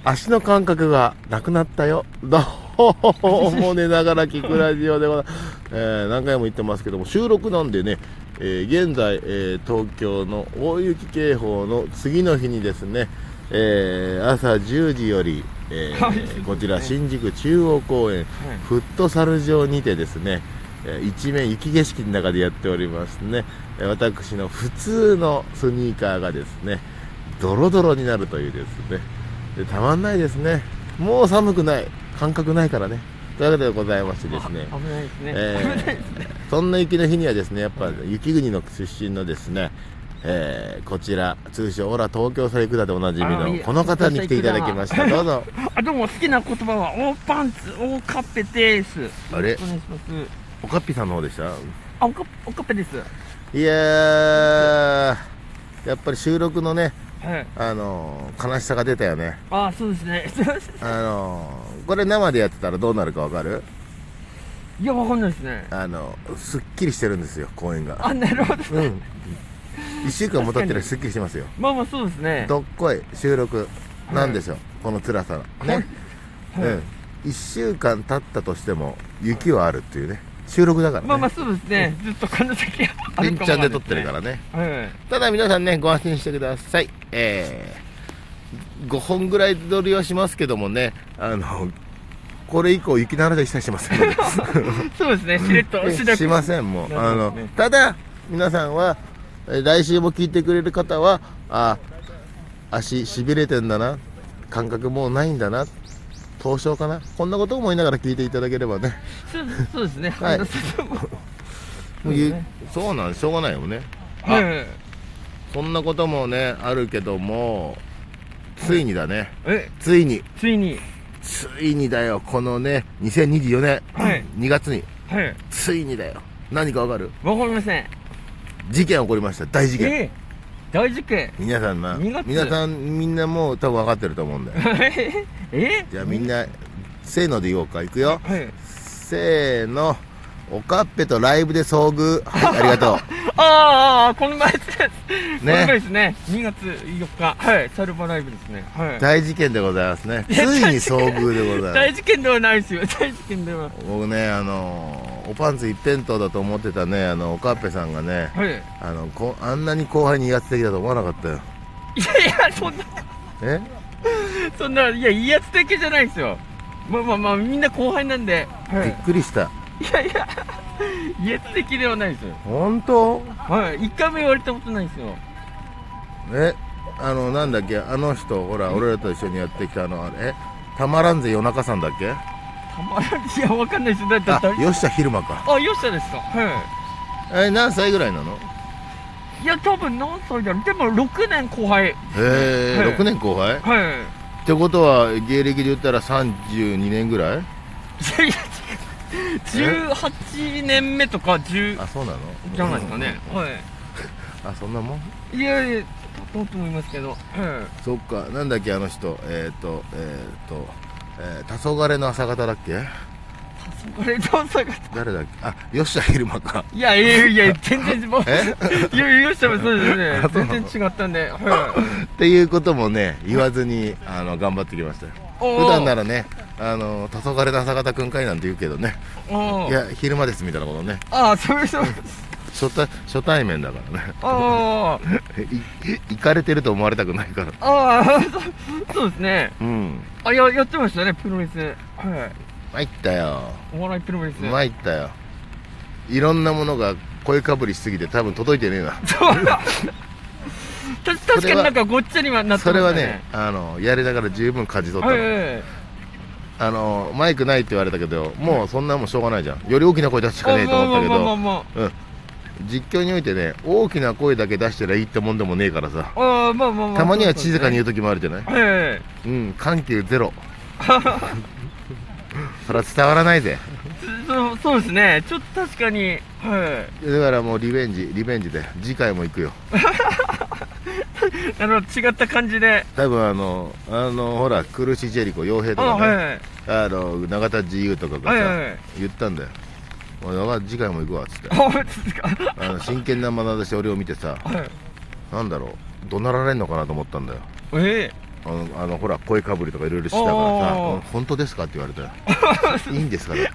足の感覚がなくなったよ。どうも寝ながら聞くラジオでございます。何回も言ってますけども、収録なんでね、現在、東京の大雪警報の次の日にですね、朝10時より、こちら新宿中央公園、フットサル場にてですね、一面雪景色の中でやっておりますね。私の普通のスニーカーがですね、ドロドロになるというですね、でたまんないですね。もう寒くない、感覚ないからね。というわけでございましてですね、 危ないですね。 そんな雪の日にはですね、やっぱ雪国の出身のですね、こちら通称オラ東京さ行くだでおなじみのこの方に来ていただきました。どうぞ。 どうも、好きな言葉は大パンツ大カッペです。 あれ、 お願いします。 おかっぴさんの方でした。 おカッペです。 いやー、やっぱり収録のね、悲しさが出たよね。 そうですね。 これ生でやってたらどうなるかわかる？ いや、わかんないですね。 すっきりしてるんですよ、公園が。 なるほど。 1週間も経ってるらすっきりしてますよ。 まあそうですね。 どっこい収録なんでしょう、この辛さね。1週間経ったとしても雪はあるっていうね、収録だからね。 そうですね。ずっとこの先あ連チャンで撮ってるからね。ただ皆さんね、ご安心してください。5本ぐらい撮りはしますけどもね、これ以降雪の話は一切しませんのでそうですね、しれっとしません。もうただ皆さんは来週も聞いてくれる方は、足しびれてんだな、感覚もうないんだな、凍傷かな、こんなことを思いながら聞いていただければね。 そうですね。 はい。そうなん、しょうがないよね。そんなこともねあるけども、ついにだね。ついにだよ、このね2024年2月についにだよ。何かわかる？ わかりません。 事件起こりました。大事件。 大事件。 皆さんみんなもう多分分かってると思うんだよ。じゃあみんなせーので言おうか。いくよ。せーの。おかっぺとライブで遭遇。はい、ありがとう。 この前ですね。ですね。2月4日。はい、サルバライブですね。 大事件でございますね。ついに遭遇でございます。 大事件ではないですよ。大事件では。 僕ね、おパンツ一辺倒だと思ってたね、おかっぺさんがね、あんなに後輩に威圧的だと思わなかったよ。 いや、そんな。そんな、いや、威圧的じゃないですよ。みんな後輩なんで。 びっくりした。 いや、威圧的ではないですよ。 本当？ 一回も言われたことないですよ。 なんだっけ、あの人、ほら、俺らと一緒にやってきたたまらんぜ夜中さんだっけ？ たまらん、いや、わかんないですよ。 吉田昼間か。 吉田ですか。 何歳ぐらいなの？ いや、多分何歳だろう。でも6年後輩。 6年後輩？ってことは芸歴で言ったら32年ぐらい ？18年目とか10。 そうなの？ じゃないですかね。 そんなもん？ いや、だと思いますけど。 そっか。なんだっけ、あの人。黄昏の朝方だっけ？ 黄昏の朝方。 誰だっけ？吉田昼間か。 いや、全然吉田もそうですね。全然違ったんで。 っていうこともね、言わずに頑張ってきましたよ。普段ならね、黄昏の朝方くんかいなんて言うけどね、いや、昼間ですみたいなことね。初対面だからね。行かれてると思われたくないから。 そうですね。やってましたね、プロレス。 参ったよ。 お笑いプロレス。 参ったよ。いろんなものが声かぶりしすぎて多分届いてねえな。 確かになんかごっちゃにはなってますね。それはね、 やりながら十分感じ取ったの。マイクないって言われたけど、もうそんなもんしょうがないじゃん。より大きな声出すしかねえと思ったけど、実況においてね、大きな声だけ出したらいいってもんでもねえからさ。たまには静かに言う時もあるじゃない。緩急ゼロ。それは伝わらないぜ。 そうですね。ちょっと確かに。 だからもうリベンジで次回も行くよ。 違った感じで。 多分ほら、クルシジェリコ傭兵とかね、永田自由とかがさ、言ったんだよ。次回も行くわっつって。真剣な眼差し俺を見てさ、なんだろう、怒鳴られんのかなと思ったんだよ。 ほら声かぶりとかいろいろしてたからさ本当ですかって言われたよいいんですかだって、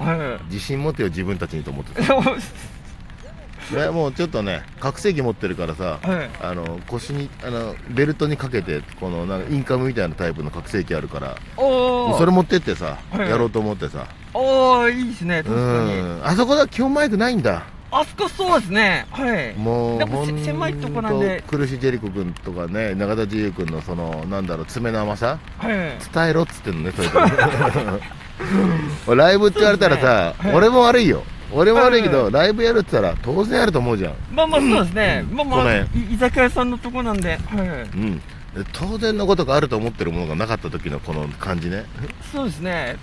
はい、自信持てよ自分たちにと思ってたもうちょっとね拡声器持ってるからさ、はい、腰にベルトにかけてこのなんかインカムみたいなタイプの拡声器あるからそれ持ってってさ、はい、やろうと思ってさいいですね確かにあそこだ基本マイクないんだあそこそうですねはいもうでも狭いとこなんで苦しいジェリコ君とかね中田自由君のそのなんだろう爪の甘さ、はい、伝えろっつってんのねそれとライブって言われたらさ、ねはい、俺も悪いよ俺も悪いけど、ライブやるって言ったら当然やると思うじゃんまあまあそうですね、まあ居酒屋さんのとこなんで、 当然のことがあると思ってるものがなかった時のこの感じねそうですね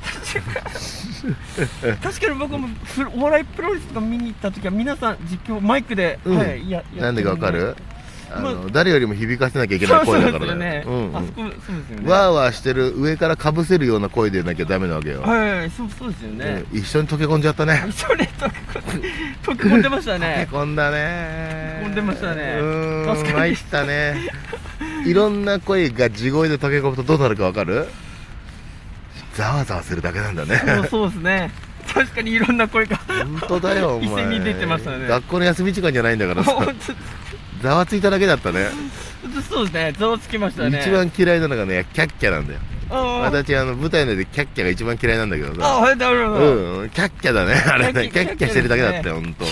確かに僕もお笑いプロレスとか見に行った時は皆さん実況マイクで、 なんでかわかる誰よりも響かせなきゃいけない声だからねわーわーしてる上からかぶせるような声でなきゃダメなわけよはいそうですよね一緒に溶け込んじゃったね一緒に溶け込んでましたね溶け込んだね溶け込んでましたね参ったねいろんな声が地声で溶け込むとどうなるかわかるざわざわするだけなんだねそうですね確かにいろんな声が本当だよお前一斉に出てましたね学校の休み時間じゃないんだからさざわついただけだったねそうですねざわつきましたね一番嫌いなのがねキャッキャなんだよ私舞台内でキャッキャが一番嫌いなんだけどさなるほどキャッキャだねあれねキャッキャしてるだけだったよほんと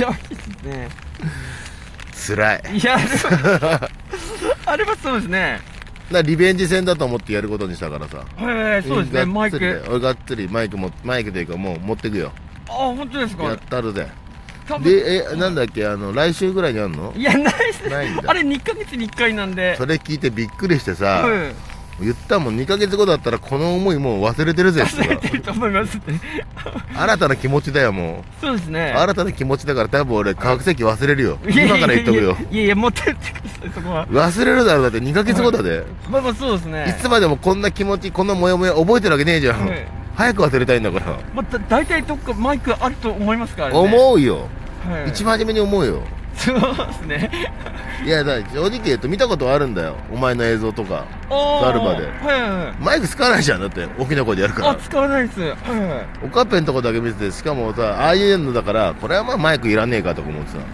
つらいいやあれはそうですねリベンジ戦だと思ってやることにしたからさそうですねマイク俺がっつりマイクというかもう持ってくよ本当ですかやったるぜでなんだっけ来週ぐらいにあるのいやないですないんだあれ2ヶ月に1回なんでそれ聞いてびっくりしてさ言ったもん2ヶ月後だったらこの思いもう忘れてるぜって忘れてると思いますね新たな気持ちだよもうそうですね新たな気持ちだから多分俺化学席忘れるよ今から言っとくよいや持ってってくださいそこは忘れるだろだって2ヶ月後だでまあそうですねいつまでもこんな気持ちこんなモヤモヤ覚えてるわけねえじゃん早く忘れたいんだから大体どっかマイクあると思いますからね思うよ一番初めに思うよそうですねいやだ正直言うと見たことあるんだよお前の映像とかガルバでマイク使わないじゃんだって大きな声でやるから使わないですおかっぺんとこだけ見ててしかもさああいうのだからこれはまあマイクいらねえかとか思ってさ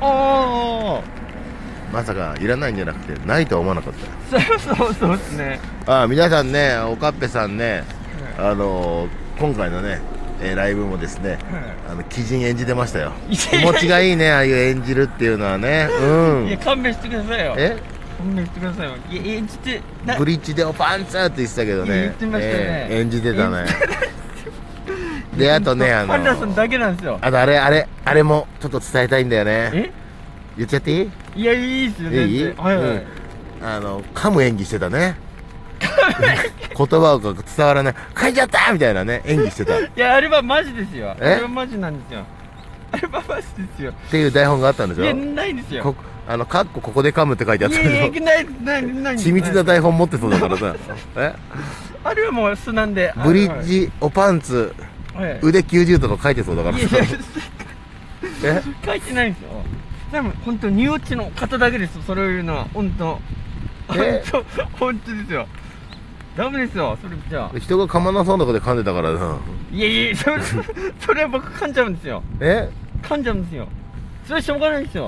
まさかいらないんじゃなくてないとは思わなかったそうですね皆さんねおかっぺさんね今回のねライブもですね、鬼人演じてましたよ気持ちがいいねああいう演じるっていうのはねいや勘弁してくださいよ勘弁してくださいよいや演じてブリッジでおパンツーって言ってたけどね言ってましたね演じてたねであとねパンダさんだけなんですよあとあれもちょっと伝えたいんだよね言っちゃっていいいやいいっすよねいい噛む演技してたね言葉が伝わらない書いちゃったみたいなね演技してたいやあれはマジですよあれはマジなんですよあれはマジですよっていう台本があったんでしょいやないですよカッコここで噛むって書いてあったんでしょいやない緻密な台本持ってそうだからさあれはもう素なんでブリッジおパンツ腕90度とか書いてそうだからさ書いてないんですよでも本当ニューオチの方だけですそれを言うのは本当本当ですよダメですよそれじゃあ人が噛まなそうなことで噛んでたからさいやそれは僕噛んじゃうんですよ噛んじゃうんですよそれはしょうがないですよ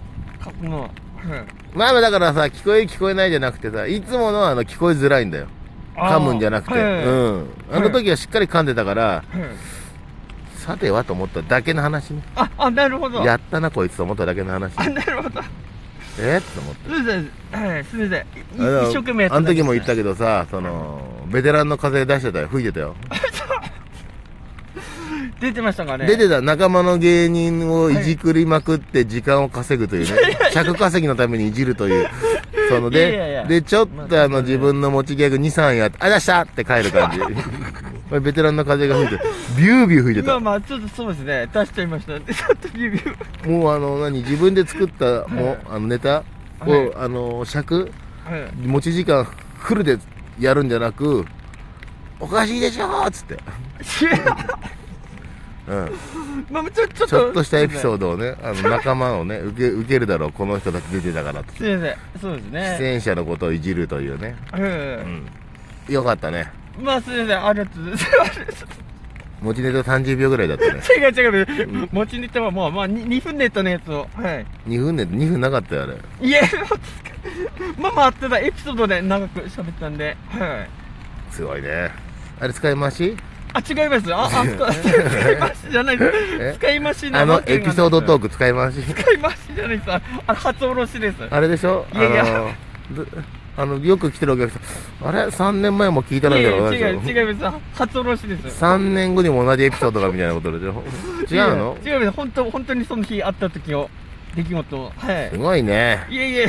まあだからさ聞こえ聞こえないじゃなくてさいつもの聞こえづらいんだよ噛むんじゃなくてあの時はしっかり噛んでたからさてはと思っただけの話ねなるほどやったなこいつと思っただけの話なるほどと思ってすみません一生懸命やったあの時も言ったけどさベテランの風出してたよ吹いてたよ出てましたかね出てた仲間の芸人をいじくりまくって時間を稼ぐというね尺稼ぎのためにいじるというでちょっと自分の持ちギャグ 2,3 やって「あざした!」って帰る感じベテランの風が吹いてビュービュー吹いてたまあちょっとそうですね出しちゃいましたちょっとビュービューもう自分で作ったネタを尺持ち時間フルでやるんじゃなくおかしいでしょっつってまあちょっちょっとしたエピソードをね、仲間をね、受けるだろう、この人たち出てたからと。 すいません、そうですね。 出演者のことをいじるというね。よかったね。 まあすいません、ありがとうございます。 持ちネタ30秒ぐらいだったね。 違う。持ちネタはまあ2分ネタのやつを。はい。 2分なかったよ、あれ。 いや、まあ後でエピソードで長く喋ったんで。はい。 すごいね。あれ使い回し？ あ、違います。使い回しじゃないです。使い回しのエピソードトーク使い回し？ 使い回しじゃないです。初おろしです。 あれでしょ？ いやいや。 よく来てるお客さん、あれ ?3 年前も聞いたなみたいなことでしょ？ 違います。初おろしです。 3年後にも同じエピソードがみたいなことでしょ？違うの？ 違います。本当にその日会った時の出来事。はい。 すごいね。 いや、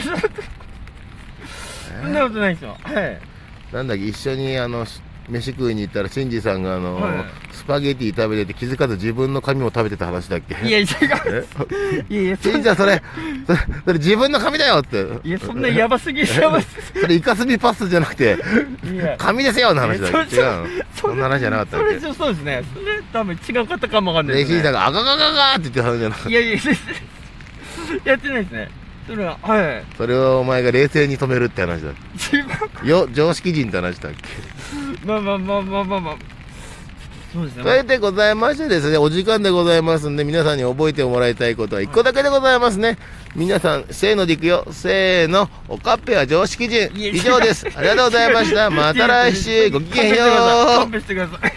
そんなことないですよ。はい。 なんだっけ、一緒に飯食いに行ったら、シンジさんがスパゲティ食べてて気づかず自分の髪も食べてた話だっけ？ いや、違う。 シンジさんそれ自分の髪だよって。 いや、そんなやばすぎ。それイカスミパスじゃなくて、髪ですよの話だっけ？違うの？そんな話じゃなかったっけ？ そうですね。それ多分違う方かもわかんないですね。 シンジさんがアガガガガーって言ってる話じゃなかった。 いや、やってないですね。それは、はい。 それをお前が冷静に止めるって話だっけ？常識人って話だっけ？ まあ。そうですね。 それでございましてですね、お時間でございますんで、皆さんに覚えてもらいたいことは1個だけでございますね。皆さん、せーのでいくよ。せーの、おかっぺは常識人。以上です。ありがとうございました。また来週、ごきげんよう。 勘弁してください。